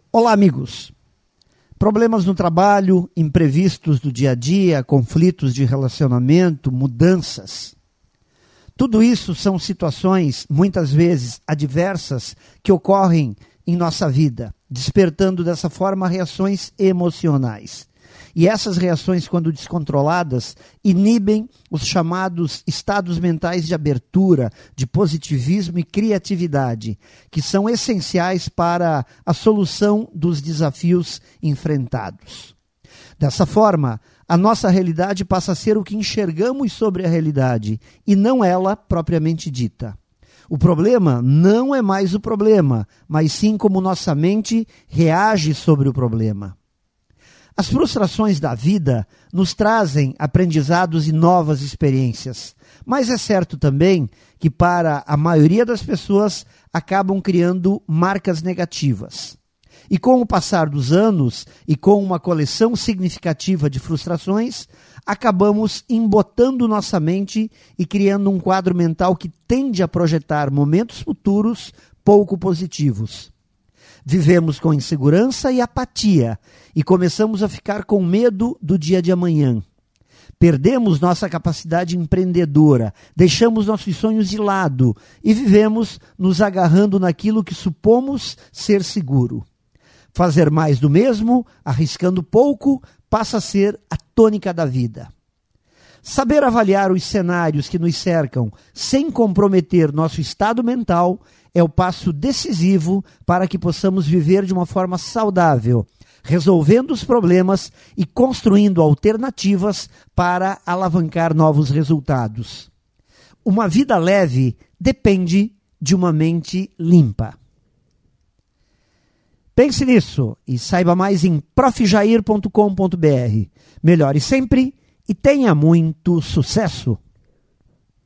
Olá, amigos. Problemas no trabalho, imprevistos do dia a dia, conflitos de relacionamento, mudanças. Tudo isso são situações, muitas vezes, adversas que ocorrem em nossa vida, despertando dessa forma reações emocionais. E essas reações, quando descontroladas, inibem os chamados estados mentais de abertura, de positivismo e criatividade, que são essenciais para a solução dos desafios enfrentados. Dessa forma, a nossa realidade passa a ser o que enxergamos sobre a realidade, e não ela propriamente dita. O problema não é mais o problema, mas sim como nossa mente reage sobre o problema. As frustrações da vida nos trazem aprendizados e novas experiências, mas é certo também que para a maioria das pessoas acabam criando marcas negativas. E com o passar dos anos e com uma coleção significativa de frustrações, acabamos embotando nossa mente e criando um quadro mental que tende a projetar momentos futuros pouco positivos. Vivemos com insegurança e apatia e começamos a ficar com medo do dia de amanhã. Perdemos nossa capacidade empreendedora, deixamos nossos sonhos de lado e vivemos nos agarrando naquilo que supomos ser seguro. Fazer mais do mesmo, arriscando pouco, passa a ser a tônica da vida. Saber avaliar os cenários que nos cercam sem comprometer nosso estado mental é o passo decisivo para que possamos viver de uma forma saudável, resolvendo os problemas e construindo alternativas para alavancar novos resultados. Uma vida leve depende de uma mente limpa. Pense nisso e saiba mais em profjair.com.br. Melhore sempre e tenha muito sucesso!